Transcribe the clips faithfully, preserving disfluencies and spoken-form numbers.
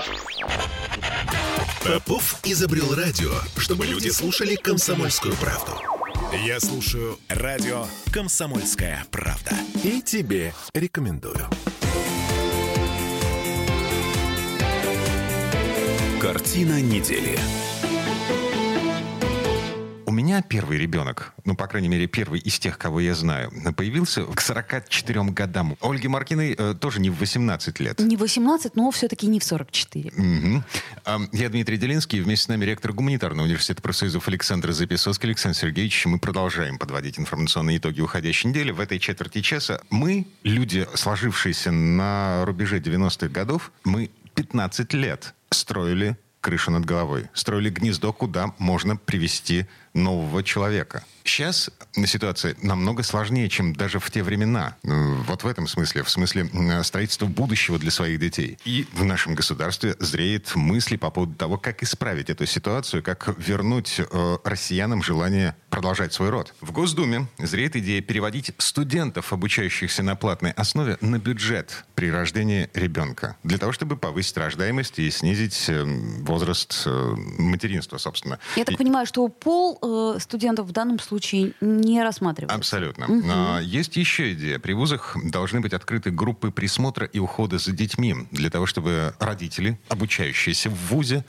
Попов изобрел радио, чтобы люди слушали «Комсомольскую правду». Я слушаю радио «Комсомольская правда». И тебе рекомендую. Картина недели. У меня первый ребенок, ну, по крайней мере, первый из тех, кого я знаю, появился к сорока четырем годам. Ольге Маркиной э, тоже не в восемнадцать лет. Не в восемнадцать, но все-таки не в сорок четыре. Угу. А, я Дмитрий Делинский, вместе с нами ректор Гуманитарного университета профсоюзов Александр Записоцкий. Александр Сергеевич, мы продолжаем подводить информационные итоги уходящей недели. В этой четверти часа мы, люди, сложившиеся на рубеже девяностых годов, мы пятнадцать лет строили крышу над головой, строили гнездо, куда можно привести нового человека. Сейчас ситуация намного сложнее, чем даже в те времена. Вот в этом смысле, в смысле строительства будущего для своих детей. И в нашем государстве зреет мысли по поводу того, как исправить эту ситуацию, как вернуть э, россиянам желание продолжать свой род. В Госдуме зреет идея переводить студентов, обучающихся на платной основе, на бюджет при рождении ребенка. Для того, чтобы повысить рождаемость и снизить э, возраст э, материнства, собственно. Я так и... понимаю, что пол э, студентов в данном случае не рассматривается. Абсолютно. Угу. Но есть еще идея. При вузах должны быть открыты группы присмотра и ухода за детьми, для того, чтобы родители, обучающиеся в вузе,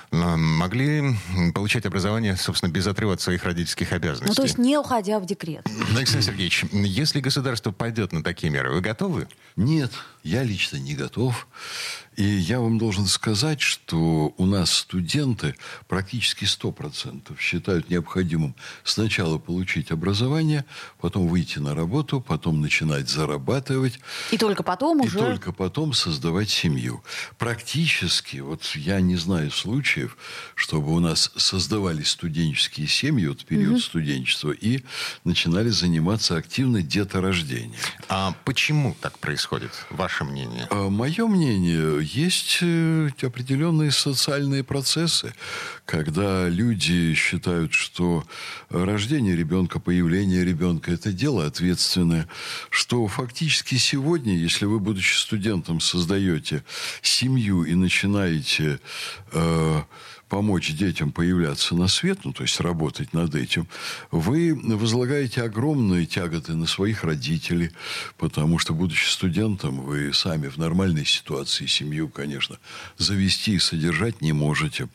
могли получать образование, собственно, без отрыва от своих родительских обязанностей. Ну, то есть не уходя в декрет. Александр Сергеевич, если государство пойдет на такие меры, вы готовы? Нет, я лично не готов. И я вам должен сказать, что у нас студенты практически сто процентов считают необходимым сначала получить образование, потом выйти на работу, потом начинать зарабатывать. И только потом и уже... И только потом создавать семью. Практически, вот я не знаю случаев, чтобы у нас создавались студенческие семьи, вот период угу. студенчества, и начинали заниматься активно деторождением. А почему так происходит? Ваше мнение? А, мое мнение... Есть определенные социальные процессы, когда люди считают, что рождение ребенка, появление ребенка – это дело ответственное, что фактически сегодня, если вы, будучи студентом, создаете семью и начинаете э, помочь детям появляться на свет, ну, то есть работать над этим, вы возлагаете огромные тяготы на своих родителей, потому что, будучи студентом, вы сами в нормальной ситуации семью, конечно, завести и содержать не можете.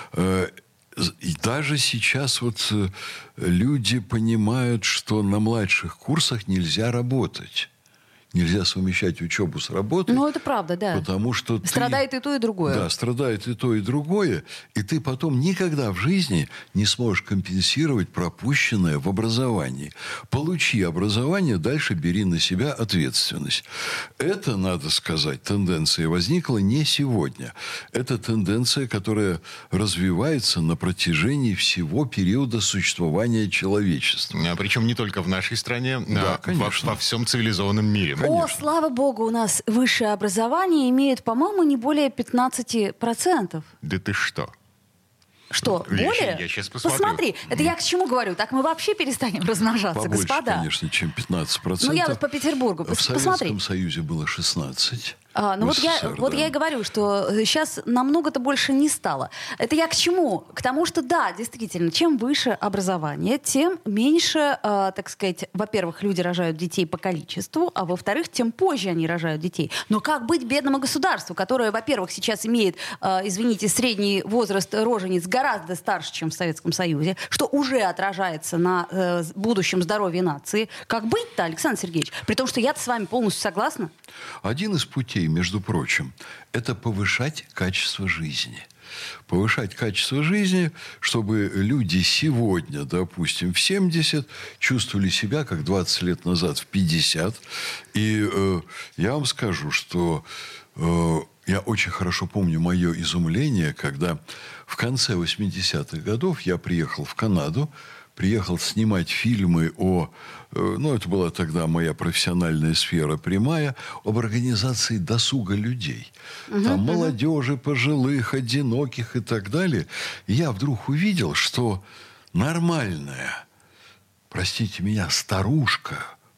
И даже сейчас вот люди понимают, что на младших курсах нельзя работать. Нельзя совмещать учебу с работой. Ну, это правда, да. Потому что страдает ты, и то, и другое. Да, страдает и то, и другое. И ты потом никогда в жизни не сможешь компенсировать пропущенное в образовании. Получи образование, дальше бери на себя ответственность. Это, надо сказать, тенденция возникла не сегодня. Это тенденция, которая развивается на протяжении всего периода существования человечества. А причем не только в нашей стране, да, а во, во всем цивилизованном мире. Конечно. О, слава богу, у нас высшее образование имеет, по-моему, не более пятнадцать процентов. Да ты что? Что, я более? Щас, я сейчас посмотрю. Посмотри, это я к чему говорю? Так мы вообще перестанем размножаться, Побольше, господа. конечно, чем пятнадцать процентов. Ну, я вот по Петербургу, в посмотри. В Советском Союзе было шестнадцать. А, ну вот я, СССР, вот да. я и говорю, что сейчас намного-то больше не стало. Это я к чему? К тому, что да, действительно, чем выше образование, тем меньше, э, так сказать, во-первых, люди рожают детей по количеству, а во-вторых, тем позже они рожают детей. Но как быть бедному государству, которое, во-первых, сейчас имеет, э, извините, средний возраст рожениц гораздо старше, чем в Советском Союзе, что уже отражается на э, будущем здоровье нации. Как быть-то, Александр Сергеевич? При том, что я-то с вами полностью согласна. Один из путей, между прочим, это повышать качество жизни. Повышать качество жизни, чтобы люди сегодня, допустим, в семьдесят чувствовали себя, как двадцать лет назад в пятьдесят. И э, я вам скажу, что э, я очень хорошо помню мое изумление, когда в конце восьмидесятых годов я приехал в Канаду, приехал снимать фильмы о... Ну, это была тогда моя профессиональная сфера прямая, об организации досуга людей. Угу, Там угу. молодежи, пожилых, одиноких и так далее. И я вдруг увидел, что нормальная, простите меня, старушка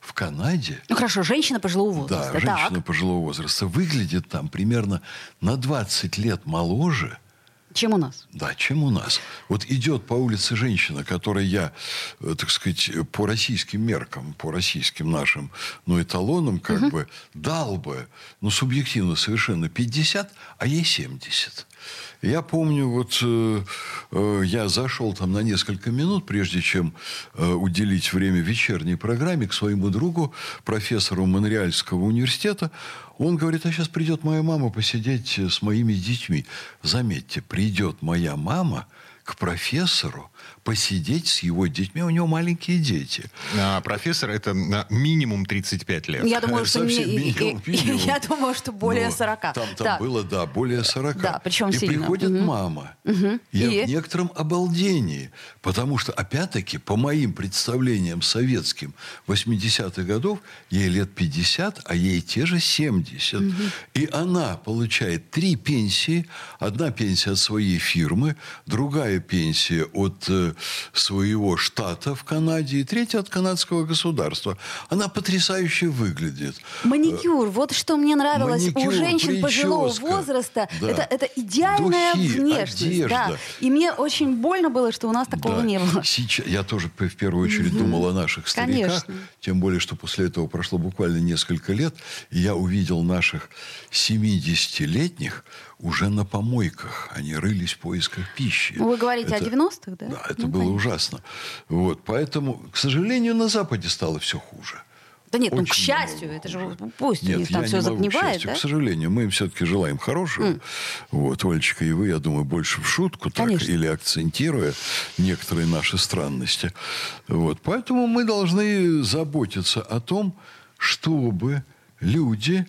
в Канаде... Ну хорошо, женщина пожилого возраста. Да, женщина так. пожилого возраста выглядит там примерно на двадцать лет моложе, чем у нас. Да, чем у нас. Вот идет по улице женщина, которой я, так сказать, по российским меркам, по российским нашим, ну, эталонам, как угу. бы, дал бы, ну, субъективно совершенно пятьдесят, а ей семьдесят. Я помню, вот э, э, я зашел там на несколько минут, прежде чем э, уделить время вечерней программе, к своему другу, профессору Монреальского университета. Он говорит, а сейчас придет моя мама посидеть с моими детьми. Заметьте, придет моя мама к профессору посидеть с его детьми. У него маленькие дети. А профессор это на минимум тридцать пять лет. Я думаю, что, не, минимум, минимум. Я думаю, что более сорока. Там, там было, да, более сорока. Да, причем и сильно. приходит угу. мама. Угу. Я и? в некотором обалдении. Потому что, опять-таки, по моим представлениям советским восьмидесятых годов, ей лет пятьдесят, а ей те же семьдесят. Угу. И она получает три пенсии. Одна пенсия от своей фирмы, другая пенсия от э, своего штата в Канаде и третья от канадского государства. Она потрясающе выглядит. Маникюр. Вот что мне нравилось Маникюр, у женщин прическа. пожилого возраста. Да. Это, это идеальная Духи, внешность. Да. И мне очень больно было, что у нас такого да. не было. Сейчас, я тоже в первую очередь угу. думал о наших стариках. Конечно. Тем более, что после этого прошло буквально несколько лет. И я увидел наших семидесятилетних уже на помойках. Они рылись в поисках пищи. Вы говорите это, о девяностых, да? Да, это ну, было понятно. ужасно. Вот, поэтому, к сожалению, на Западе стало все хуже. Да нет, Очень ну, к счастью, это же пусть нет, у них там я все не могу, загнивает, к счастью, да? К сожалению, мы им все-таки желаем хорошего. Mm. Вот, Олечка, и вы, я думаю, больше в шутку так, или акцентируя некоторые наши странности. Вот, поэтому мы должны заботиться о том, чтобы люди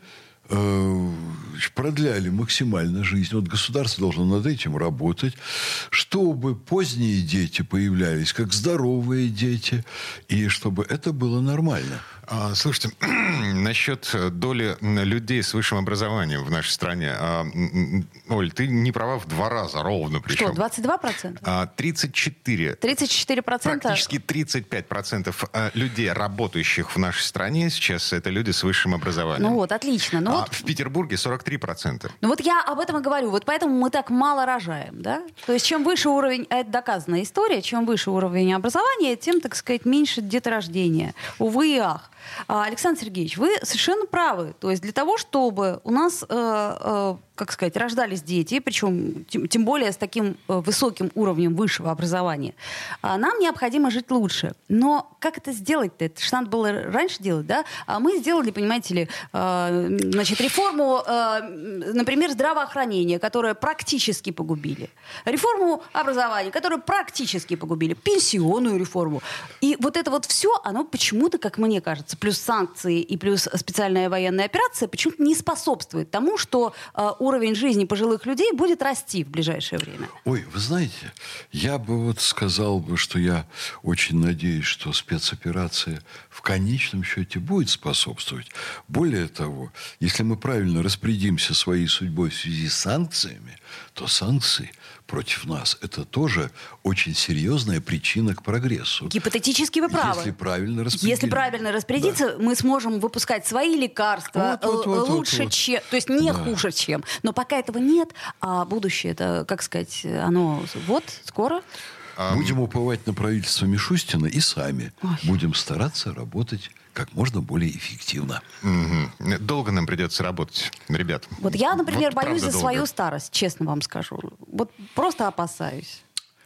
э, продляли максимально жизнь. Вот государство должно над этим работать, чтобы поздние дети появлялись как здоровые дети, и чтобы это было нормально. А, слушайте, насчет доли людей с высшим образованием в нашей стране. А, Оль, ты не права в два раза ровно. Причем. Что, двадцать два процента? А, тридцать четыре. тридцать четыре процента? Практически тридцать пять процентов людей, работающих в нашей стране сейчас, это люди с высшим образованием. Ну вот, отлично. Ну, а вот... в Петербурге сорок три процента. Ну вот я об этом и говорю. Вот поэтому мы так мало рожаем, да? То есть чем выше уровень, это доказанная история, чем выше уровень образования, тем, так сказать, меньше деторождения. Увы и ах. Александр Сергеевич, вы совершенно правы. То есть для того, чтобы у нас, э, э, как сказать, рождались дети, причем тем, тем более с таким э, высоким уровнем высшего образования, э, нам необходимо жить лучше. Но как это сделать-то? Это же надо было раньше делать, да? А мы сделали, понимаете ли, э, значит, реформу, э, например, здравоохранения, которое практически погубили. Реформу образования, которую практически погубили. Пенсионную реформу. И вот это вот все, оно почему-то, как мне кажется, плюс санкции и плюс специальная военная операция почему-то не способствует тому, что э, уровень жизни пожилых людей будет расти в ближайшее время. Ой, вы знаете, я бы вот сказал бы, что я очень надеюсь, что спецоперация в конечном счете будет способствовать. Более того, если мы правильно распорядимся своей судьбой в связи с санкциями, то санкции против нас – это тоже очень серьезная причина к прогрессу. Гипотетически вы правы. Если правильно распределиться. Если правильно распорядиться, да. мы сможем выпускать свои лекарства вот, вот, вот, лучше, вот, вот. чем... То есть не да. хуже, чем. Но пока этого нет, а будущее, это, как сказать, оно вот, скоро. Будем уповать на правительство Мишустина и сами Ой. будем стараться работать как можно более эффективно. Угу. Долго нам придется работать, ребят. Вот я, например, вот боюсь за долго. свою старость, честно вам скажу. Вот просто опасаюсь.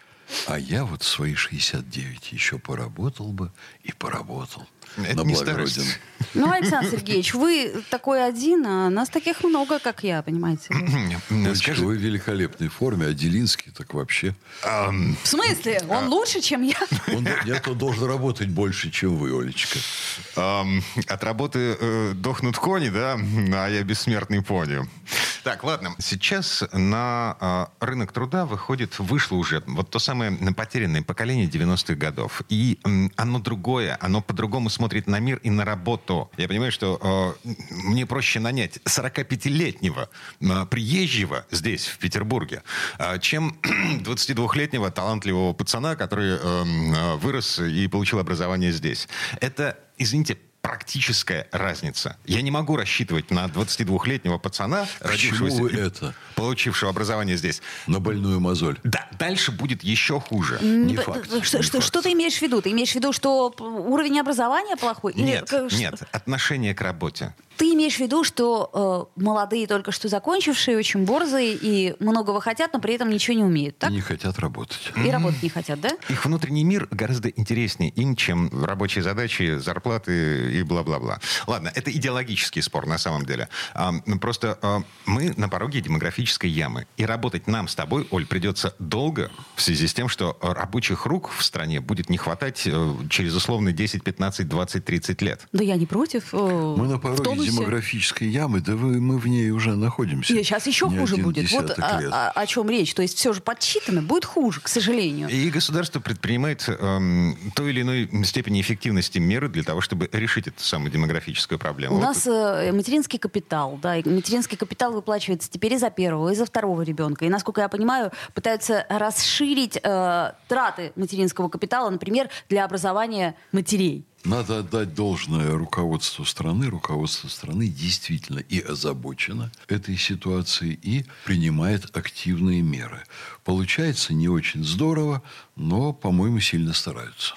А я вот в свои шестьдесят девять еще поработал бы и поработал. Это на не благо старость. Родины. Ну, Александр Сергеевич, вы такой один, а нас таких много, как я, понимаете. Скажи... Вы в великолепной форме, а Делинский так вообще. Um, в смысле? Он а... лучше, чем я? Он, я-то должен работать больше, чем вы, Олечка. Um, от работы э, дохнут кони, да? А я бессмертный пони. Так, ладно. Сейчас на э, рынок труда выходит, вышло уже вот то самое потерянное поколение девяностых годов. И э, оно другое, оно по-другому смотрит на мир и на работу. Я понимаю, что э, мне проще нанять сорокапятилетнего э, приезжего здесь, в Петербурге, э, чем двадцатидвухлетнего талантливого пацана, который э, вырос и получил образование здесь. Это, извините, практическая разница. Я не могу рассчитывать на двадцатидвухлетнего пацана, родившегося, это? получившего образование здесь. На больную мозоль. Да, дальше будет еще хуже. Не Не п- факт, что, не что, факт. что ты имеешь в виду? Ты имеешь в виду, что п- уровень образования плохой? Или Нет, к- ш- нет, отношение к работе. Ты имеешь в виду, что э, молодые, только что закончившие, очень борзые и многого хотят, но при этом ничего не умеют, так? Не хотят работать. И работать не хотят, да? Их внутренний мир гораздо интереснее им, чем рабочие задачи, зарплаты и бла-бла-бла. Ладно, это идеологический спор на самом деле. А, ну, просто а, мы на пороге демографической ямы. И работать нам с тобой, Оль, придется долго в связи с тем, что рабочих рук в стране будет не хватать э, через условно десять, пятнадцать, двадцать, тридцать лет. Да я не против. э, Мы на в пороге тонусе. демографической ямы, да вы, мы в ней уже находимся. Нет, сейчас еще Не хуже один будет. Вот десяток о, лет. о- о чем речь. То есть все же подсчитано, будет хуже, к сожалению. И государство предпринимает эм, той или иной степени эффективности меры для того, чтобы решить эту самую демографическую проблему. У Вот нас э, материнский капитал, да, и материнский капитал выплачивается теперь и за первого, и за второго ребенка. И, насколько я понимаю, пытаются расширить э, траты материнского капитала, например, для образования матерей. Надо отдать должное руководству страны. Руководство страны действительно и озабочено этой ситуацией, и принимает активные меры. Получается не очень здорово, но, по-моему, сильно стараются.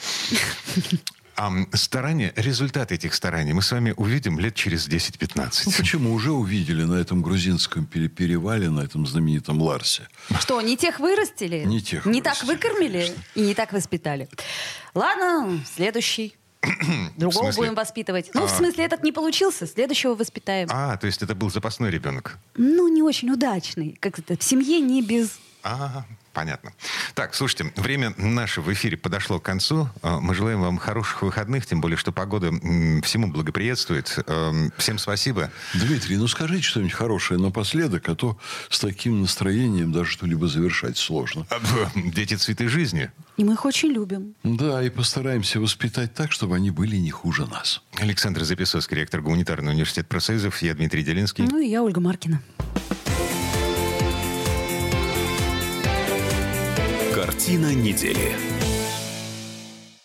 А старания, результаты этих стараний мы с вами увидим лет через десять-пятнадцать. Ну, почему? Уже увидели на этом грузинском пере- перевале, на этом знаменитом Ларсе. Что, не тех вырастили? Не тех Не так вырастили, выкормили конечно. и не так воспитали. Ладно, следующий. Другого В смысле? будем воспитывать. Ну, в А. смысле, этот не получился, следующего воспитаем. А, то есть это был запасной ребенок. Ну, не очень удачный. Как это, в семье не без... А, понятно. Так, слушайте, время наше в эфире подошло к концу. Э, Мы желаем вам хороших выходных, тем более, что погода м, всему благоприятствует. Э, Всем спасибо. Дмитрий, ну скажите что-нибудь хорошее напоследок, а то с таким настроением даже что-либо завершать сложно. А, б, Дети цветы жизни. И мы их очень любим. Да, и постараемся воспитать так, чтобы они были не хуже нас. Александр Записовский, ректор Гуманитарного университета профсоюзов. Я Дмитрий Делинский. Ну и я, Ольга Маркина. Картина недели.